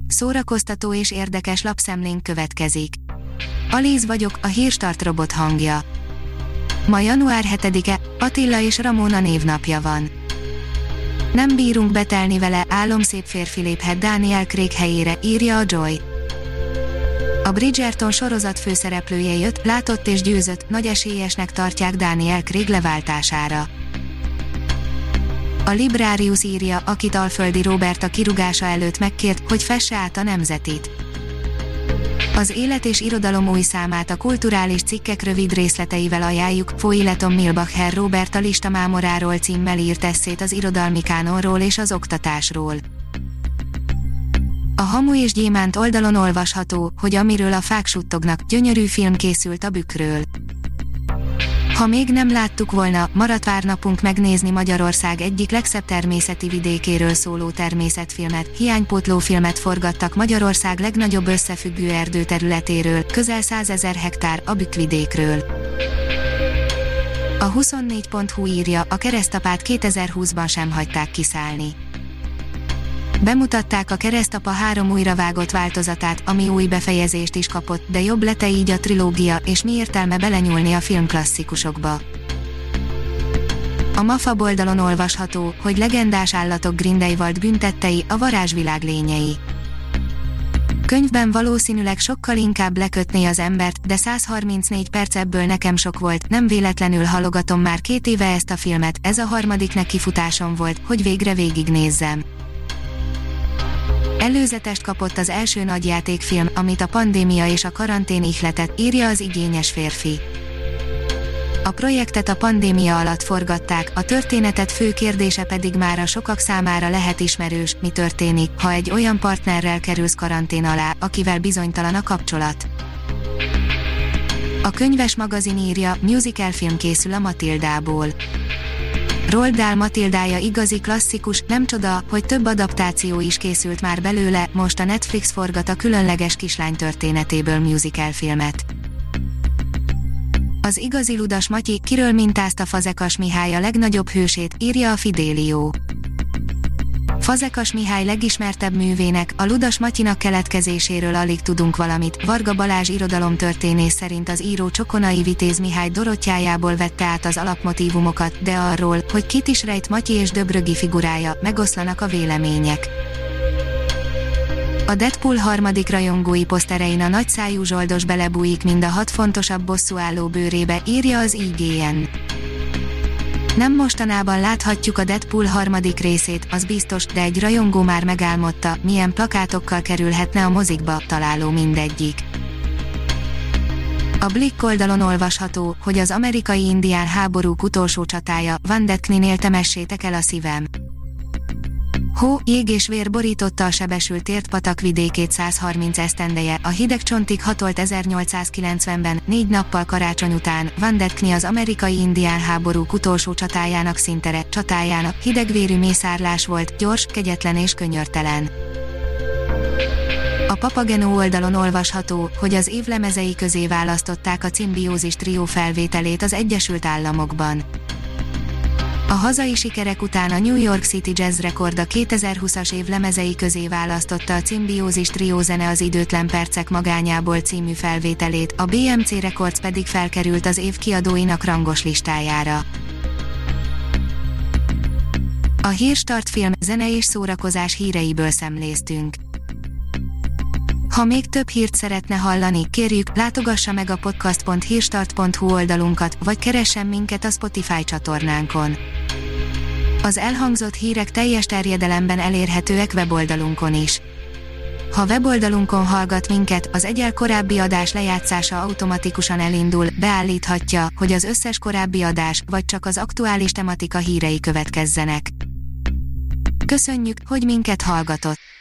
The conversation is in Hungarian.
szórakoztató és érdekes lapszemlénk következik. Alíz vagyok, a Hírstart robot hangja. Ma január 7-e, Attila és Ramona névnapja van. Nem bírunk betelni vele, álomszép férfi léphet Daniel Craig helyére, írja a Joy. A Bridgerton sorozat főszereplője jött, látott és győzött, nagy esélyesnek tartják Daniel Craig leváltására. A Librarius írja, akit Alföldi Róbert a kirúgása előtt megkért, hogy fesse át a Nemzetit. Az Élet és Irodalom új számát a kulturális cikkek rövid részleteivel ajánljuk. Folyleton Milbacher Róbert a listamámoráról címmel írt esszét az irodalmi kánonról és az oktatásról. A Hamu és Gyémánt oldalon olvasható, hogy amiről a fák suttognak, gyönyörű film készült a Bükkről. Ha még nem láttuk volna, maradt vár napunk megnézni Magyarország egyik legszebb természeti vidékéről szóló természetfilmet. Hiánypótló filmet forgattak Magyarország legnagyobb összefüggő erdőterületéről, közel 100 000 hektár, a Bükkvidékről. A 24.hu írja, a Keresztapát 2020-ban sem hagyták kiszállni. Bemutatták a Keresztapa 3 újravágott változatát, ami új befejezést is kapott, de jobb lett így a trilógia, és mi értelme belenyúlni a filmklasszikusokba. A Mafab oldalon olvasható, hogy legendás állatok Grindelwald büntettei, a varázsvilág lényei. Könyvben valószínűleg sokkal inkább lekötné az embert, de 134 perc ebből nekem sok volt, nem véletlenül halogatom már 2 éve ezt a filmet, ez a harmadik nekifutásom volt, hogy végre végignézzem. Előzetest kapott az első nagyjátékfilm, amit a pandémia és a karantén ihletett, írja az Igényes férfi. A projektet a pandémia alatt forgatták, a történetet fő kérdése pedig már a sokak számára lehet ismerős, mi történik, ha egy olyan partnerrel kerülsz karantén alá, akivel bizonytalan a kapcsolat. A Könyves magazin írja, musical film készül a Matildából. Roald Dahl Matildája igazi klasszikus, nem csoda, hogy több adaptáció is készült már belőle, most a Netflix forgat a különleges kislány történetéből musical filmet. Az igazi ludas Matyi, kiről mintázta Fazekas Mihály a legnagyobb hősét, írja a Fidelio. Fazekas Mihály legismertebb művének, a Ludas Matyinak keletkezéséről alig tudunk valamit. Varga Balázs irodalomtörténész szerint az író Csokonai Vitéz Mihály Dorottyájából vette át az alapmotívumokat, de arról, hogy kit is rejt Matyi és Döbrögi figurája, megoszlanak a vélemények. A Deadpool harmadik rajongói poszterein a nagyszájú zsoldos belebújik mind a 6 fontosabb bosszúálló bőrébe, írja az IGN. Nem mostanában láthatjuk a Deadpool harmadik részét, az biztos, de egy rajongó már megálmodta, milyen plakátokkal kerülhetne a mozikba, találó mindegyik. A Blick oldalon olvasható, hogy az amerikai indián háborúk utolsó csatája, Wounded Knee-nél temessétek el a szívem. Hó, jég és vér borította a sebesült ért patak vidékét 130 esztendeje, a hideg csontig hatolt 1890-ben, 4 nappal karácsony után. Wounded Knee az amerikai indián háborúk utolsó csatájának szintere, csatájának, hidegvérű mészárlás volt, gyors, kegyetlen és könyörtelen. A Papageno oldalon olvasható, hogy az év lemezei közé választották a Szimbiózis trió felvételét az Egyesült Államokban. A hazai sikerek után a New York City Jazz Record a 2020-as év lemezei közé választotta a Szimbiózis trió Zene az időtlen percek magányából című felvételét, a BMC Records pedig felkerült az év kiadóinak rangos listájára. A Hírstart film, zene és szórakozás híreiből szemléztünk. Ha még több hírt szeretne hallani, kérjük, látogassa meg a podcast.hírstart.hu oldalunkat, vagy keressen minket a Spotify csatornánkon. Az elhangzott hírek teljes terjedelemben elérhetőek weboldalunkon is. Ha weboldalunkon hallgat minket, az egyel korábbi adás lejátszása automatikusan elindul, beállíthatja, hogy az összes korábbi adás, vagy csak az aktuális tematika hírei következzenek. Köszönjük, hogy minket hallgatott!